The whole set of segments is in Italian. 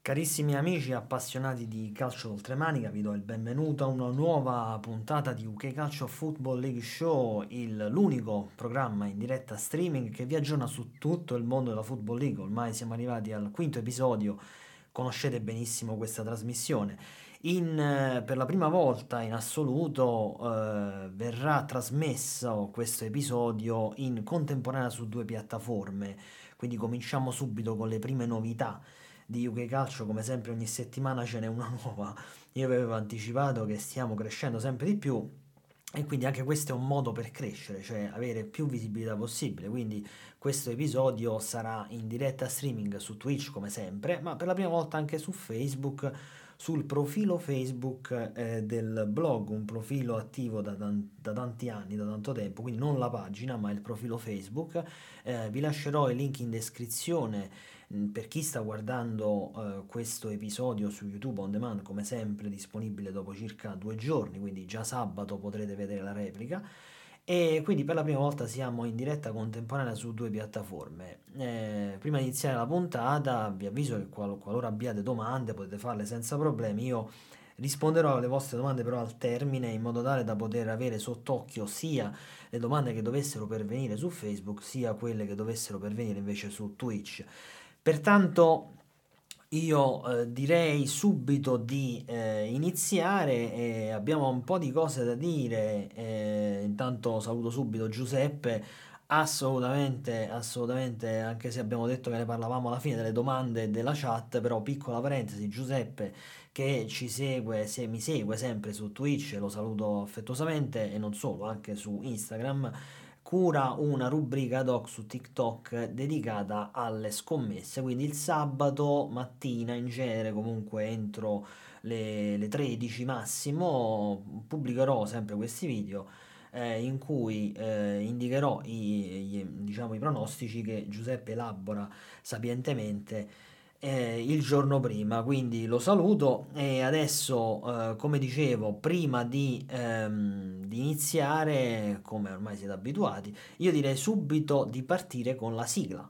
Carissimi amici appassionati di calcio oltremanica, vi do il benvenuto a una nuova puntata di UK Calcio Football League Show, l'unico programma in diretta streaming che vi aggiorna su tutto il mondo della Football League. Ormai siamo arrivati al quinto episodio, conoscete benissimo questa trasmissione. Per la prima volta in assoluto verrà trasmesso questo episodio in contemporanea su due piattaforme, quindi cominciamo subito con le prime novità di UK Calcio. Come sempre ogni settimana ce n'è una nuova. Io vi avevo anticipato che stiamo crescendo sempre di più e quindi anche questo è un modo per crescere, cioè avere più visibilità possibile. Quindi questo episodio sarà in diretta streaming su Twitch come sempre, ma per la prima volta anche su Facebook, sul profilo Facebook del blog, un profilo attivo da tanti anni, da tanto tempo, quindi non la pagina ma il profilo Facebook. Vi lascerò i link in descrizione per chi sta guardando questo episodio su YouTube on demand, come sempre disponibile dopo circa 2 giorni, quindi già sabato potrete vedere la replica. E quindi per la prima volta siamo in diretta contemporanea su due piattaforme. Prima di iniziare la puntata vi avviso che qualora abbiate domande potete farle senza problemi. Io risponderò alle vostre domande però al termine, in modo tale da poter avere sott'occhio sia le domande che dovessero pervenire su Facebook sia quelle che dovessero pervenire invece su Twitch. Pertanto io direi subito di iniziare. Abbiamo un po' di cose da dire. Intanto saluto subito Giuseppe. Assolutamente, assolutamente, anche se abbiamo detto che ne parlavamo alla fine delle domande della chat, però piccola parentesi, Giuseppe che ci segue, se mi segue sempre su Twitch, lo saluto affettuosamente e non solo, anche su Instagram, cura una rubrica ad hoc su TikTok dedicata alle scommesse, quindi il sabato mattina in genere, comunque entro le 13 massimo, pubblicherò sempre questi video in cui indicherò diciamo, i pronostici che Giuseppe elabora sapientemente il giorno prima. Quindi lo saluto e adesso, come dicevo, prima di iniziare, come ormai siete abituati, io direi subito di partire con la sigla.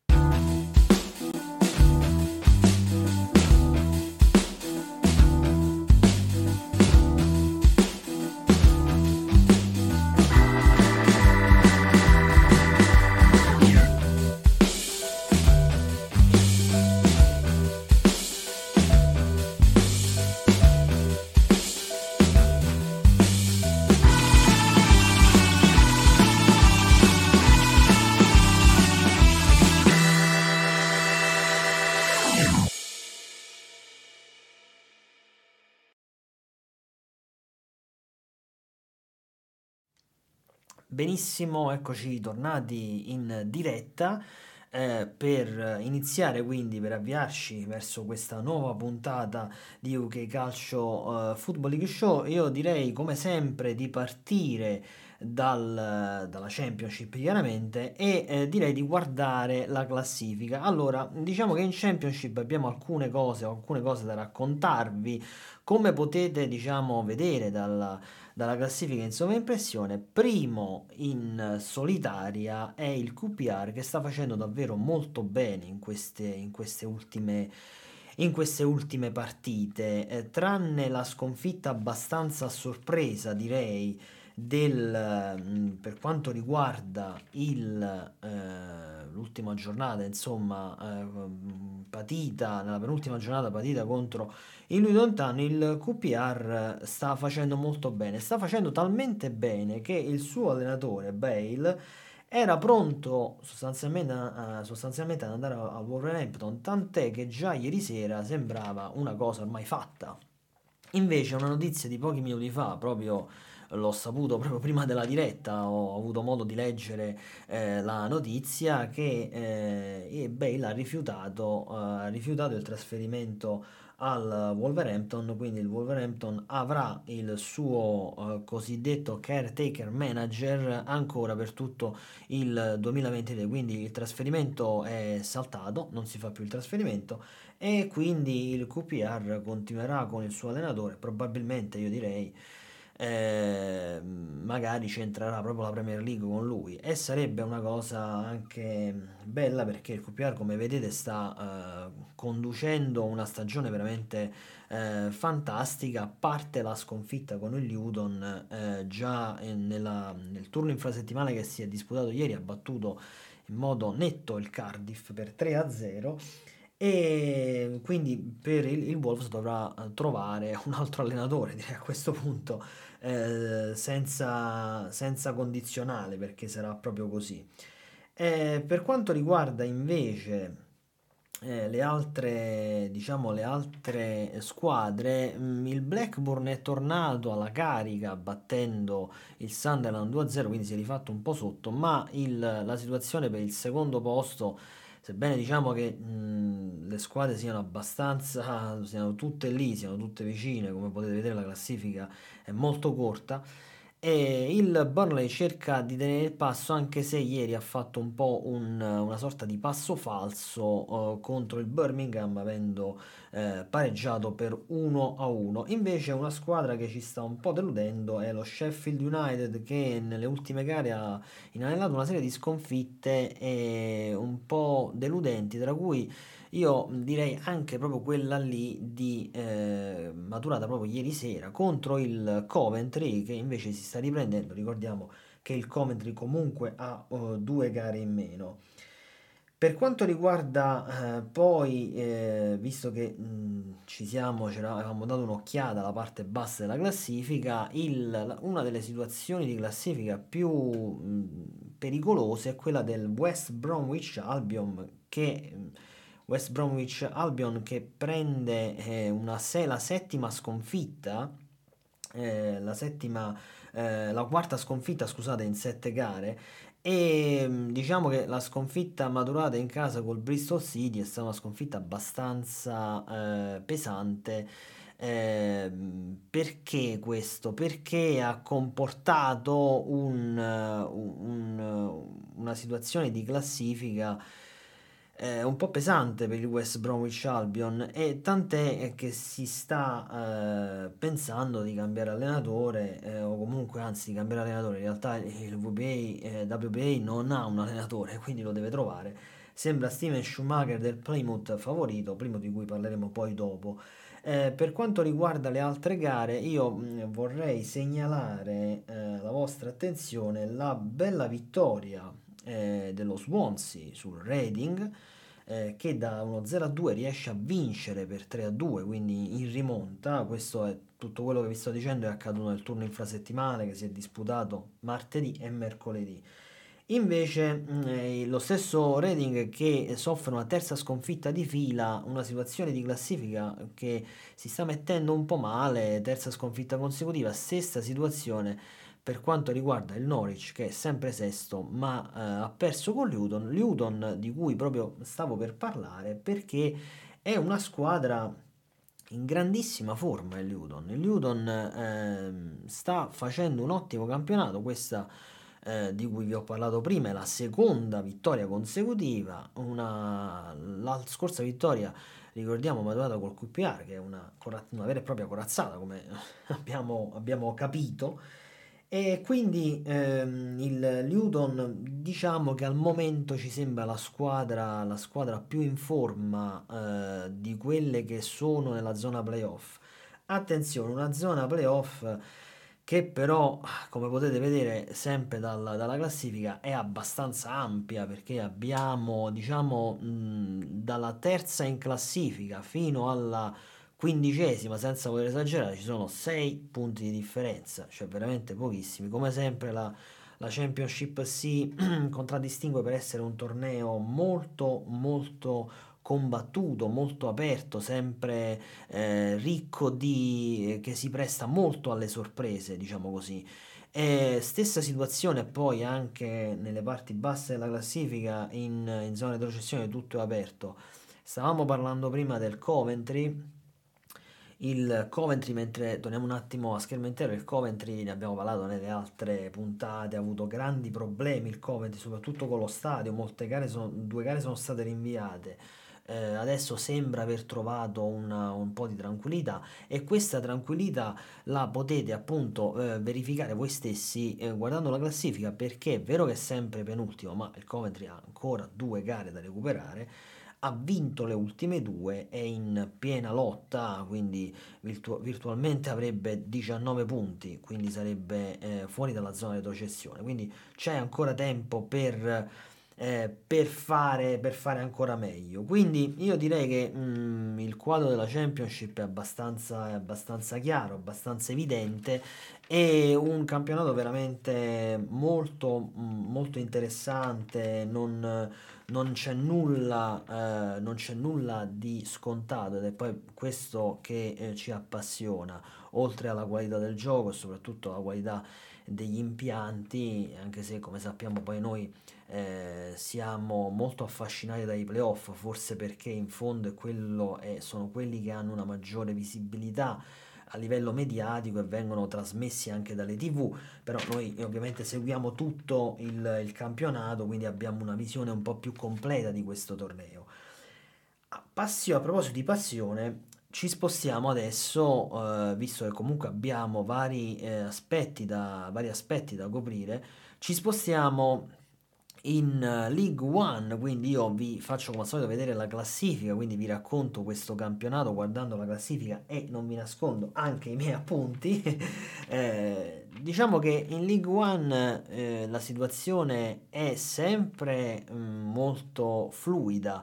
Benissimo, eccoci tornati in diretta per iniziare, quindi per avviarci verso questa nuova puntata di UK Calcio Football League Show. Io direi come sempre di partire dalla Championship chiaramente e direi di guardare la classifica. Allora, diciamo che in Championship abbiamo alcune cose da raccontarvi. Come potete, diciamo, vedere dalla classifica in sovraimpressione, primo in solitaria è il QPR, che sta facendo davvero molto bene in queste ultime partite, tranne la sconfitta abbastanza a sorpresa, direi, per quanto riguarda l'ultima giornata, insomma, nella penultima giornata patita contro il Luton Town. Il QPR sta facendo molto bene, sta facendo talmente bene che il suo allenatore Bale era pronto sostanzialmente ad andare al Wolverhampton, tant'è che già ieri sera sembrava una cosa ormai fatta. Invece una notizia di pochi minuti fa, proprio l'ho saputo proprio prima della diretta, ho avuto modo di leggere la notizia che Bale ha rifiutato il trasferimento al Wolverhampton, quindi il Wolverhampton avrà il suo cosiddetto caretaker manager ancora per tutto il 2023, quindi il trasferimento è saltato, non si fa più il trasferimento e quindi il QPR continuerà con il suo allenatore, probabilmente io direi magari c'entrerà proprio la Premier League con lui e sarebbe una cosa anche bella perché il QPR come vedete sta conducendo una stagione veramente fantastica, a parte la sconfitta con il Luton già nel turno infrasettimale che si è disputato ieri ha battuto in modo netto il Cardiff per 3-0 e quindi per il Wolves dovrà trovare un altro allenatore, direi a questo punto, senza condizionale, perché sarà proprio così. Per quanto riguarda invece le altre, diciamo, le altre squadre, il Blackburn è tornato alla carica battendo il Sunderland 2-0, quindi si è rifatto un po' sotto, ma la situazione per il secondo posto, sebbene diciamo che le squadre siano abbastanza, siano tutte lì, siano tutte vicine, come potete vedere la classifica è molto corta, e il Burnley cerca di tenere il passo anche se ieri ha fatto un po' una sorta di passo falso contro il Birmingham avendo pareggiato per 1-1. Invece una squadra che ci sta un po' deludendo è lo Sheffield United che nelle ultime gare ha inanellato una serie di sconfitte un po' deludenti, tra cui io direi anche proprio quella lì maturata proprio ieri sera contro il Coventry che invece si sta riprendendo. Ricordiamo che il Coventry comunque ha due gare in meno. Per quanto riguarda poi, visto che avevamo dato un'occhiata alla parte bassa della classifica, una delle situazioni di classifica più pericolose è quella del West Bromwich Albion che prende la settima sconfitta, la quarta sconfitta, scusate, in 7 gare. E diciamo che la sconfitta maturata in casa col Bristol City è stata una sconfitta abbastanza pesante. Perché questo? Perché ha comportato una situazione di classifica un po' pesante per il West Bromwich Albion e tant'è che si sta pensando di cambiare allenatore o comunque anzi di cambiare allenatore. In realtà il WBA non ha un allenatore, quindi lo deve trovare. Sembra Steven Schumacher del Plymouth favorito, Plymouth di cui parleremo poi dopo. Per quanto riguarda le altre gare, io vorrei segnalare la vostra attenzione la bella vittoria dello Swansea sul Reading che da uno 0-2 riesce a vincere per 3-2, quindi in rimonta. Questo è tutto quello che vi sto dicendo, è accaduto nel turno infrasettimale che si è disputato martedì e mercoledì. Invece lo stesso Reading che soffre una terza sconfitta di fila, una situazione di classifica che si sta mettendo un po' male, terza sconfitta consecutiva, stessa situazione per quanto riguarda il Norwich che è sempre sesto ma ha perso con Luton di cui proprio stavo per parlare perché è una squadra in grandissima forma il Luton sta facendo un ottimo campionato, questa di cui vi ho parlato prima è la seconda vittoria consecutiva, la scorsa vittoria ricordiamo maturata col QPR che è una vera e propria corazzata come abbiamo capito e quindi il Luton diciamo che al momento ci sembra la squadra più in forma di quelle che sono nella zona playoff. Attenzione, una zona playoff che però, come potete vedere sempre dalla classifica, è abbastanza ampia perché abbiamo, diciamo, dalla terza in classifica fino alla quindicesima, senza voler esagerare, ci sono 6 punti di differenza, cioè veramente pochissimi. Come sempre la Championship si contraddistingue per essere un torneo molto molto combattuto, molto aperto, sempre ricco che si presta molto alle sorprese, diciamo così. E stessa situazione poi anche nelle parti basse della classifica, in zona di retrocessione tutto è aperto. Stavamo parlando prima del Coventry. Il Coventry, mentre torniamo un attimo a schermo intero, il Coventry ne abbiamo parlato nelle altre puntate, ha avuto grandi problemi il Coventry, soprattutto con lo stadio, 2 gare sono state rinviate. adesso sembra aver trovato un po' di tranquillità, e questa tranquillità la potete appunto verificare voi stessi guardando la classifica, perché è vero che è sempre penultimo, ma il Coventry ha ancora 2 gare da recuperare, ha vinto le ultime 2, è in piena lotta, quindi virtualmente avrebbe 19 punti, quindi sarebbe fuori dalla zona di retrocessione, quindi c'è ancora tempo per fare ancora meglio. Quindi io direi che il quadro della Championship è abbastanza chiaro, abbastanza evidente, e un campionato veramente molto, molto interessante. Non c'è nulla di scontato, ed è poi questo che ci appassiona, oltre alla qualità del gioco e soprattutto alla qualità degli impianti, anche se come sappiamo poi noi siamo molto affascinati dai playoff, forse perché in fondo sono quelli che hanno una maggiore visibilità a livello mediatico e vengono trasmessi anche dalle TV, però noi ovviamente seguiamo tutto il campionato, quindi abbiamo una visione un po' più completa di questo torneo. A proposito di passione, ci spostiamo adesso, visto che comunque abbiamo vari aspetti da coprire, ci spostiamo in League One, quindi io vi faccio come al solito vedere la classifica, quindi vi racconto questo campionato guardando la classifica e non vi nascondo anche i miei appunti. Diciamo che in League One la situazione è sempre molto fluida.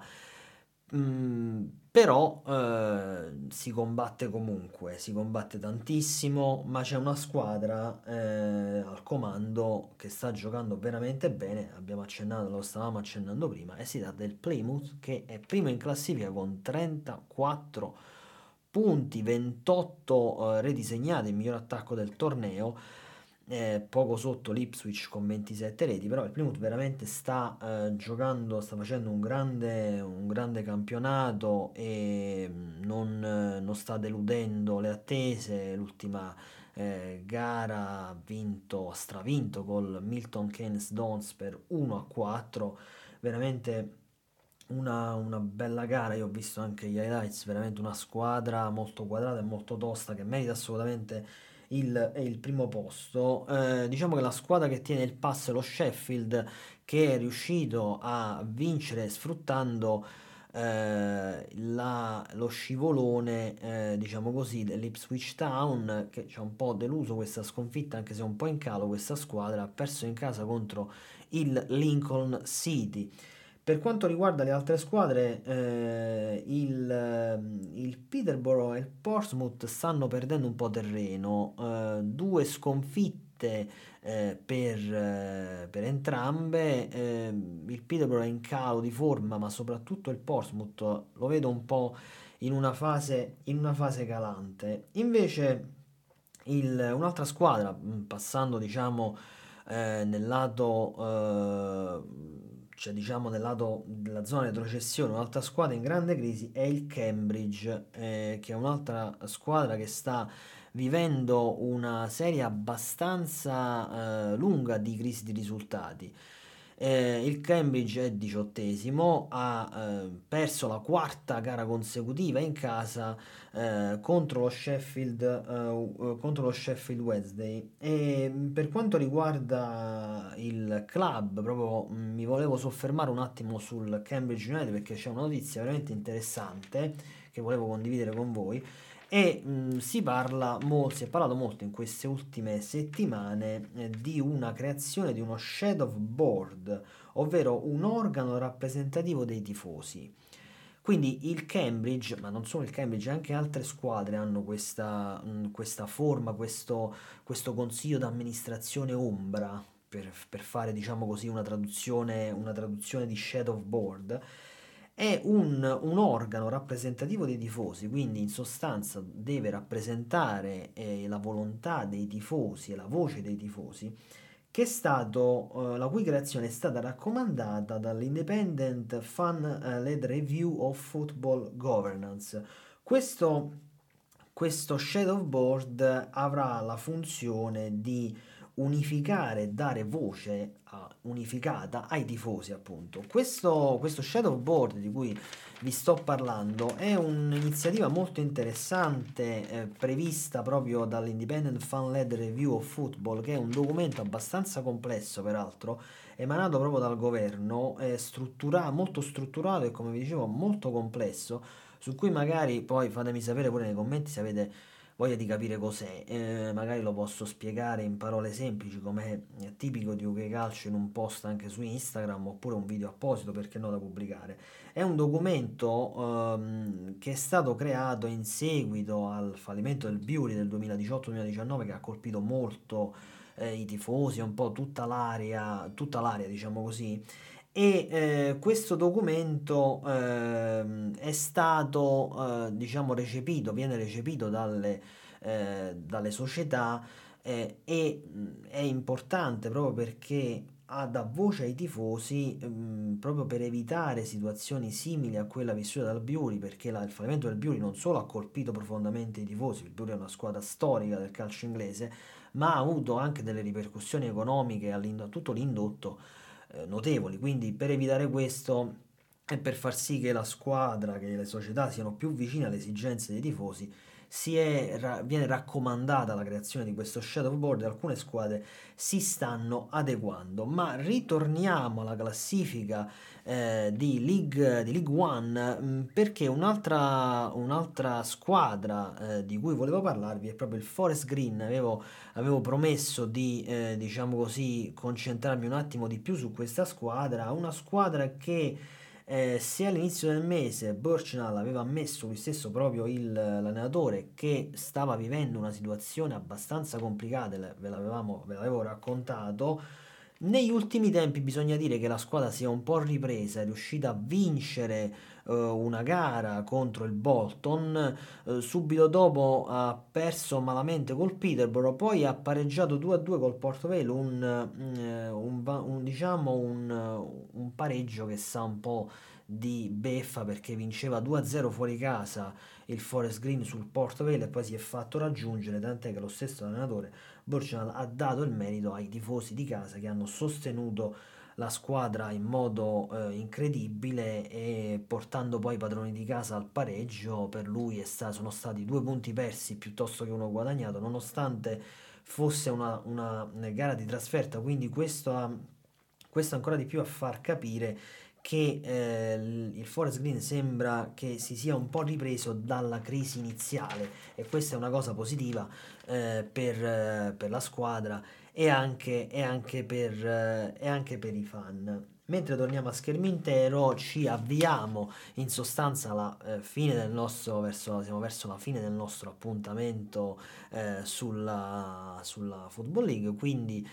Però si combatte comunque, si combatte tantissimo, ma c'è una squadra al comando che sta giocando veramente bene, lo stavamo accennando prima, e si tratta del Plymouth, che è primo in classifica con 34 punti, 28 reti segnate, il miglior attacco del torneo, poco sotto l'Ipswich con 27 reti, però il Plymouth veramente sta giocando, sta facendo un grande campionato, e non sta deludendo le attese. L'ultima gara ha stravinto col Milton Keynes Dons per 1-4, veramente una bella gara. Io ho visto anche gli highlights, veramente una squadra molto quadrata e molto tosta, che merita assolutamente il primo posto. Diciamo che la squadra che tiene il passo è lo Sheffield, che è riuscito a vincere sfruttando lo scivolone, diciamo così, dell'Ipswich Town, che ci ha un po' deluso questa sconfitta, anche se è un po' in calo questa squadra, ha perso in casa contro il Lincoln City. Per quanto riguarda le altre squadre, il Peterborough e il Portsmouth stanno perdendo un po' terreno, 2 sconfitte per entrambe. Il Peterborough è in calo di forma, ma soprattutto il Portsmouth lo vedo un po' in una fase calante. Invece un'altra squadra, passando diciamo cioè diciamo nel lato della zona di retrocessione, un'altra squadra in grande crisi è il Cambridge, che è un'altra squadra che sta vivendo una serie abbastanza lunga di crisi di risultati. Il Cambridge è 18esimo, ha perso la quarta gara consecutiva in casa contro lo Sheffield Wednesday. E per quanto riguarda il club, proprio mi volevo soffermare un attimo sul Cambridge United, perché c'è una notizia veramente interessante che volevo condividere con voi. E si è parlato molto in queste ultime settimane di una creazione di uno shadow board, ovvero un organo rappresentativo dei tifosi. Quindi il Cambridge, ma non solo il Cambridge, anche altre squadre hanno questa forma, questo consiglio d'amministrazione ombra, per fare diciamo così una traduzione di shadow board. È un organo rappresentativo dei tifosi, quindi in sostanza deve rappresentare la volontà dei tifosi e la voce dei tifosi, la cui creazione è stata raccomandata dall'Independent Fan-led Review of Football Governance. Questo Shadow Board avrà la funzione di unificare, dare voce unificata ai tifosi, appunto. Questo shadow board di cui vi sto parlando è un'iniziativa molto interessante, prevista proprio dall'Independent Fan-Led Review of Football, che è un documento abbastanza complesso, peraltro, emanato proprio dal governo, molto strutturato e, come vi dicevo, molto complesso, su cui magari poi fatemi sapere pure nei commenti se avete voglia di capire cos'è. Magari lo posso spiegare in parole semplici, come è tipico di UK Calcio, in un post anche su Instagram, oppure un video apposito, perché no, da pubblicare. È un documento che è stato creato in seguito al fallimento del Bury del 2018-2019, che ha colpito molto i tifosi, un po' tutta l'area, diciamo così. E questo documento è stato, diciamo, viene recepito dalle società, e è importante proprio perché dà voce ai tifosi, proprio per evitare situazioni simili a quella vissuta dal Bury, perché il fallimento del Bury non solo ha colpito profondamente i tifosi, il Bury è una squadra storica del calcio inglese, ma ha avuto anche delle ripercussioni economiche a tutto l'indotto notevoli. Quindi per evitare questo e per far sì che la squadra, che le società siano più vicine alle esigenze dei tifosi, viene raccomandata la creazione di questo shadow board, e alcune squadre si stanno adeguando. Ma ritorniamo alla classifica di League One, perché un'altra squadra di cui volevo parlarvi è proprio il Forest Green. Avevo promesso di, diciamo così, concentrarmi un attimo di più su questa squadra, una squadra che se all'inizio del mese Burchnall aveva ammesso lui stesso, proprio l'allenatore, che stava vivendo una situazione abbastanza complicata, ve l'avevo raccontato. Negli ultimi tempi bisogna dire che la squadra si è un po' ripresa, è riuscita a vincere una gara contro il Bolton, subito dopo ha perso malamente col Peterborough, poi ha pareggiato 2-2 col Port Vale, diciamo un pareggio che sa un po' di beffa, perché vinceva 2-0 fuori casa il Forest Green sul Port Vale e poi si è fatto raggiungere, tant'è che lo stesso allenatore Burchnall ha dato il merito ai tifosi di casa, che hanno sostenuto la squadra in modo incredibile, e portando poi i padroni di casa al pareggio. Per lui sono stati 2 punti persi piuttosto che uno guadagnato, nonostante fosse una gara di trasferta. Quindi questo ancora di più a far capire che il Forest Green sembra che si sia un po' ripreso dalla crisi iniziale, e questa è una cosa positiva per la squadra, e anche per i fan. Mentre torniamo a schermo intero, ci avviamo in sostanza alla fine siamo verso la fine del nostro appuntamento sulla Football League. Quindi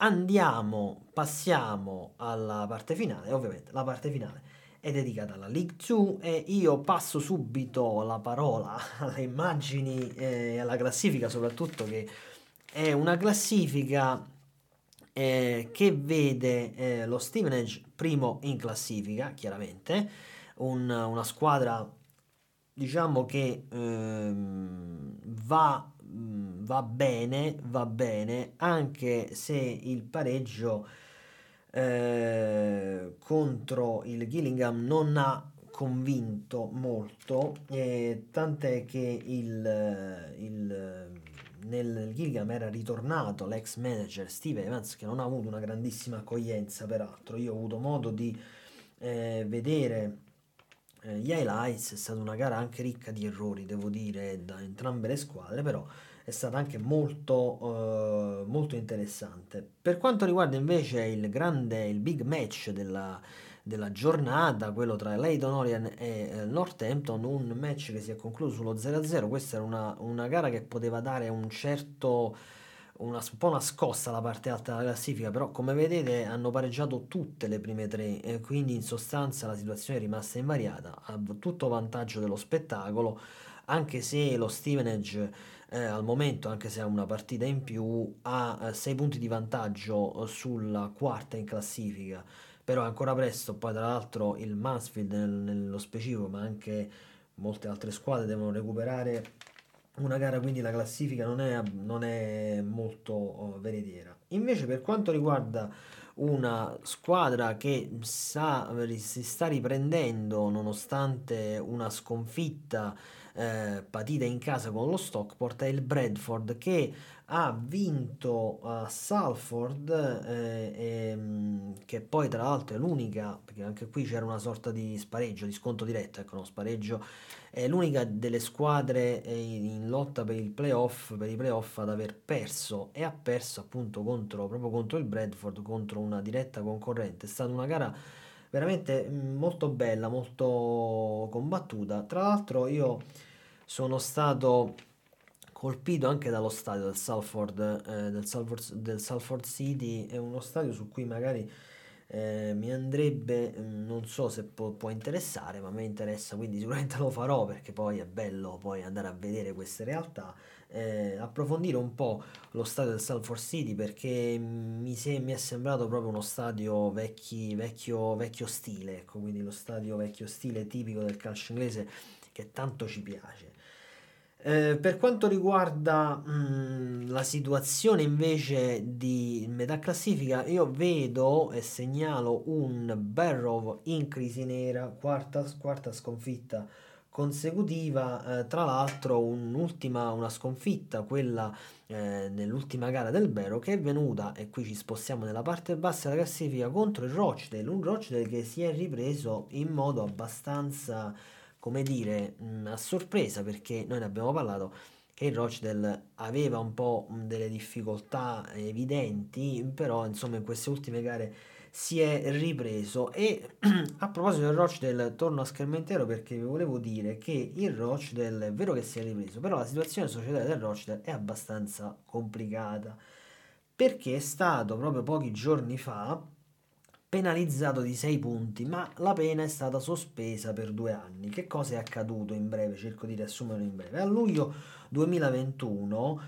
passiamo alla parte finale. Ovviamente la parte finale è dedicata alla League 2, e io passo subito la parola alle immagini e alla classifica, soprattutto, che è una classifica che vede lo Stevenage primo in classifica, chiaramente, una squadra, diciamo, che va bene, anche se il pareggio contro il Gillingham non ha convinto molto, tant'è che nel Gillingham era ritornato l'ex manager Steve Evans, che non ha avuto una grandissima accoglienza. Peraltro io ho avuto modo di vedere gli highlights. È stata una gara anche ricca di errori, devo dire, da entrambe le squadre, però è stata anche molto interessante. Per quanto riguarda invece il big match della giornata, quello tra Leyton Orient e Northampton, un match che si è concluso sullo 0-0. Questa era una gara che poteva dare un po' una scossa alla parte alta della classifica, però come vedete hanno pareggiato tutte le prime tre, quindi in sostanza la situazione è rimasta invariata, a tutto vantaggio dello spettacolo, anche se lo Stevenage al momento, anche se ha una partita in più, ha 6 punti di vantaggio sulla quarta in classifica. Però è ancora presto. Poi tra l'altro il Mansfield nello specifico, ma anche molte altre squadre, devono recuperare una gara, quindi la classifica non è molto veritiera. Invece per quanto riguarda una squadra che si sta riprendendo nonostante una sconfitta patita in casa con lo Stockport, è il Bradford che ha vinto a Salford, che poi tra l'altro è l'unica, perché anche qui c'era una sorta di spareggio, di sconto diretto, ecco, no, spareggio, è l'unica delle squadre in lotta per i playoff ad aver perso, e ha perso appunto proprio contro il Bradford, contro una diretta concorrente. È stata una gara veramente molto bella, molto combattuta. Tra l'altro io sono stato colpito anche dallo stadio del Salford City. È uno stadio su cui magari mi andrebbe, non so se può interessare, ma a me interessa, quindi sicuramente lo farò perché poi è bello poi andare a vedere queste realtà, approfondire un po' lo stadio del Salford City, perché mi è sembrato proprio uno stadio vecchio stile, ecco, quindi lo stadio vecchio stile tipico del calcio inglese che tanto ci piace. Per quanto riguarda la situazione invece di metà classifica, io vedo e segnalo un Barrow in crisi nera, quarta sconfitta consecutiva, tra l'altro una sconfitta, quella nell'ultima gara del Barrow, che è venuta, e qui ci spostiamo nella parte bassa della classifica, contro il Rochdale, un Rochdale che si è ripreso in modo abbastanza, come dire, a sorpresa, perché noi ne abbiamo parlato, che il Rochdale aveva un po' delle difficoltà evidenti, però insomma in queste ultime gare si è ripreso. E a proposito del Rochdale, torno a schermo intero perché vi volevo dire che il Rochdale è vero che si è ripreso, però la situazione societaria del Rochdale è abbastanza complicata, perché è stato proprio pochi giorni fa penalizzato di 6 punti, ma la pena è stata sospesa per 2 anni. Che cosa è accaduto in breve? Cerco di riassumerlo in breve. A luglio 2021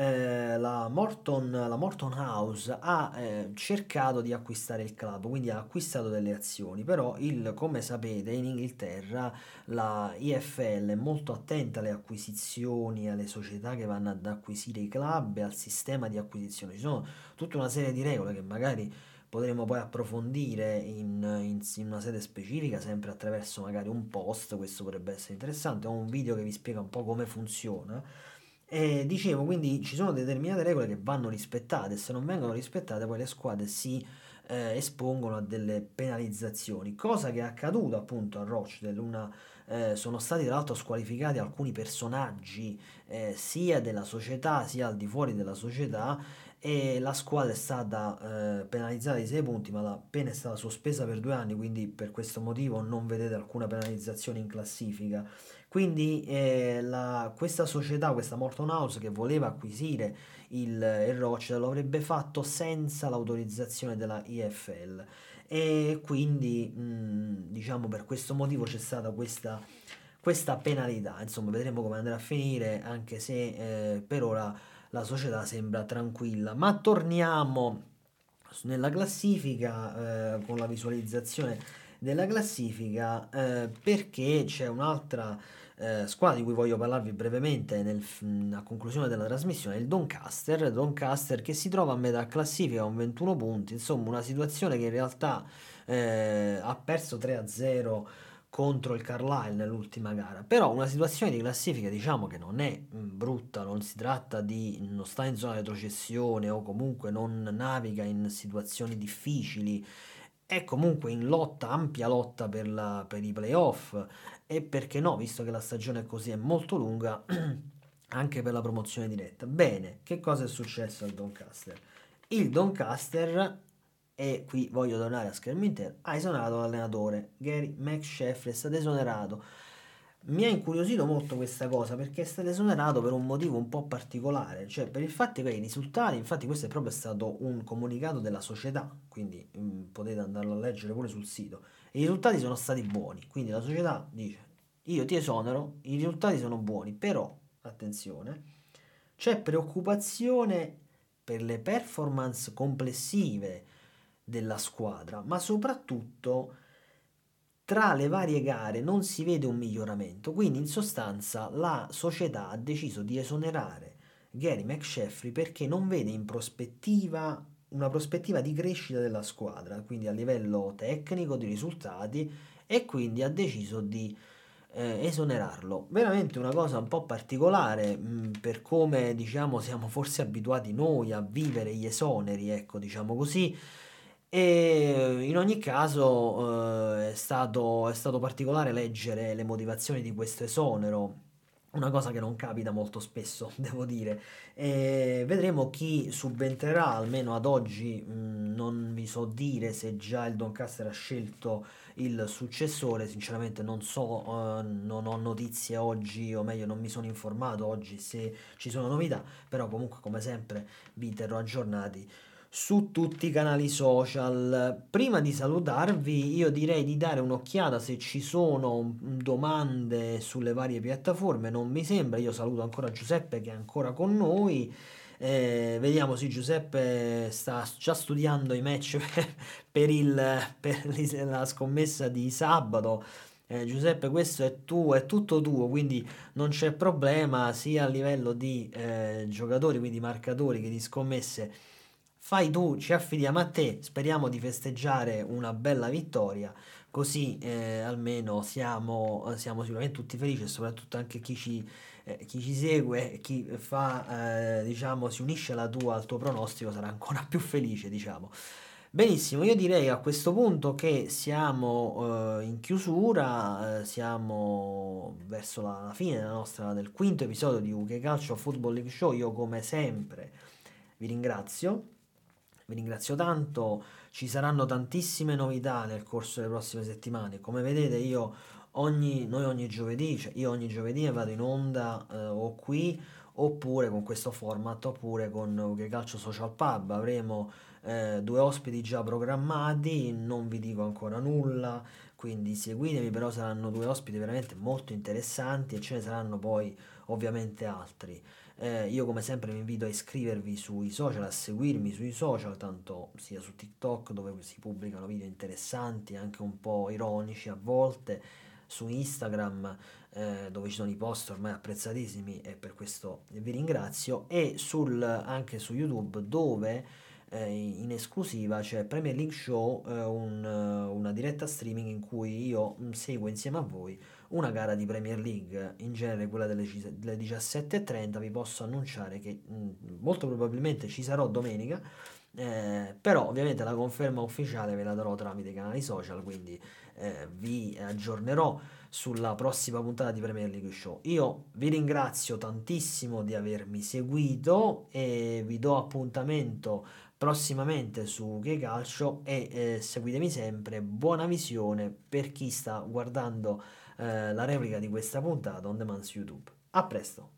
la Morton House ha cercato di acquistare il club, quindi ha acquistato delle azioni, però come sapete in Inghilterra la IFL è molto attenta alle acquisizioni, alle società che vanno ad acquisire i club e al sistema di acquisizione. Ci sono tutta una serie di regole che magari potremo poi approfondire in una sede specifica, sempre attraverso magari un post. Questo potrebbe essere interessante, o un video che vi spiega un po' come funziona. E dicevo, quindi ci sono determinate regole che vanno rispettate, se non vengono rispettate poi le squadre si espongono a delle penalizzazioni, cosa che è accaduto appunto a Rochdale. Sono stati tra l'altro squalificati alcuni personaggi sia della società sia al di fuori della società, e la squadra è stata penalizzata di 6 punti, ma la pena è stata sospesa per 2 anni, quindi per questo motivo non vedete alcuna penalizzazione in classifica. Quindi questa società, questa Morton House che voleva acquisire il Rochdale, lo avrebbe fatto senza l'autorizzazione della IFL, e quindi diciamo per questo motivo c'è stata questa penalità. Insomma, vedremo come andrà a finire, anche se per ora la società sembra tranquilla. Ma torniamo nella classifica, con la visualizzazione della classifica, perché c'è un'altra squadra di cui voglio parlarvi brevemente a conclusione della trasmissione, il Doncaster che si trova a metà classifica con 21 punti, insomma una situazione che in realtà ha perso 3-0 contro il Carlisle nell'ultima gara, però una situazione di classifica diciamo che non è brutta, non sta in zona di retrocessione o comunque non naviga in situazioni difficili, è comunque in lotta, ampia lotta per i playoff, e perché no, visto che la stagione è così, è molto lunga, anche per la promozione diretta. Bene, che cosa è successo al Doncaster? Il Doncaster, e qui voglio tornare a schermo intero, ha esonerato l'allenatore. Gary McSheffrey è stato esonerato. Mi ha incuriosito molto questa cosa perché è stato esonerato per un motivo un po' particolare, cioè per il fatto che i risultati, infatti questo è proprio stato un comunicato della società, quindi potete andarlo a leggere pure sul sito. I risultati sono stati buoni, quindi la società dice io ti esonero, i risultati sono buoni, però attenzione, c'è preoccupazione per le performance complessive della squadra, ma soprattutto tra le varie gare non si vede un miglioramento, quindi in sostanza la società ha deciso di esonerare Gary McSheffrey perché non vede in prospettiva una prospettiva di crescita della squadra, quindi a livello tecnico, di risultati, e quindi ha deciso di esonerarlo. Veramente una cosa un po' particolare, per come diciamo siamo forse abituati noi a vivere gli esoneri, ecco, diciamo così. E in ogni caso è stato particolare leggere le motivazioni di questo esonero, una cosa che non capita molto spesso, devo dire. E vedremo chi subentrerà, almeno ad oggi non vi so dire se già il Doncaster ha scelto il successore, sinceramente non so, non ho notizie oggi, o meglio non mi sono informato oggi se ci sono novità, però comunque come sempre vi terrò aggiornati su tutti i canali social. Prima di salutarvi, io direi di dare un'occhiata se ci sono domande sulle varie piattaforme. Non mi sembra. Io saluto ancora Giuseppe che è ancora con noi. Vediamo se Giuseppe sta già studiando i match per la scommessa di sabato. Giuseppe, questo è tuo, è tutto tuo, quindi non c'è problema sia a livello di giocatori, quindi marcatori, che di scommesse. Fai tu, ci affidiamo a te, speriamo di festeggiare una bella vittoria, così almeno siamo sicuramente tutti felici e soprattutto anche chi ci segue, chi fa, diciamo, si unisce al tuo pronostico sarà ancora più felice, diciamo. Benissimo, io direi a questo punto che siamo in chiusura, siamo verso la fine del quinto episodio di UK Calcio Football League Show. Io come sempre vi ringrazio. Vi ringrazio tanto, ci saranno tantissime novità nel corso delle prossime settimane. Come vedete, noi ogni giovedì, cioè io ogni giovedì vado in onda o qui oppure con questo format oppure con che Calcio Social Pub. Avremo due ospiti già programmati, non vi dico ancora nulla, quindi seguitemi, però saranno due ospiti veramente molto interessanti e ce ne saranno poi ovviamente altri. Io come sempre vi invito a iscrivervi sui social, a seguirmi sui social, tanto sia su TikTok dove si pubblicano video interessanti, anche un po' ironici a volte, su Instagram dove ci sono i post ormai apprezzatissimi e per questo vi ringrazio, e anche su YouTube dove in esclusiva c'è Premier League Show, una diretta streaming in cui io seguo insieme a voi una gara di Premier League, in genere quella delle 17:30. Vi posso annunciare che molto probabilmente ci sarò domenica, però ovviamente la conferma ufficiale ve la darò tramite i canali social, quindi vi aggiornerò sulla prossima puntata di Premier League Show. Io vi ringrazio tantissimo di avermi seguito e vi do appuntamento prossimamente su Che Calcio e seguitemi sempre. Buona visione per chi sta guardando la replica di questa puntata on demand su YouTube. A presto!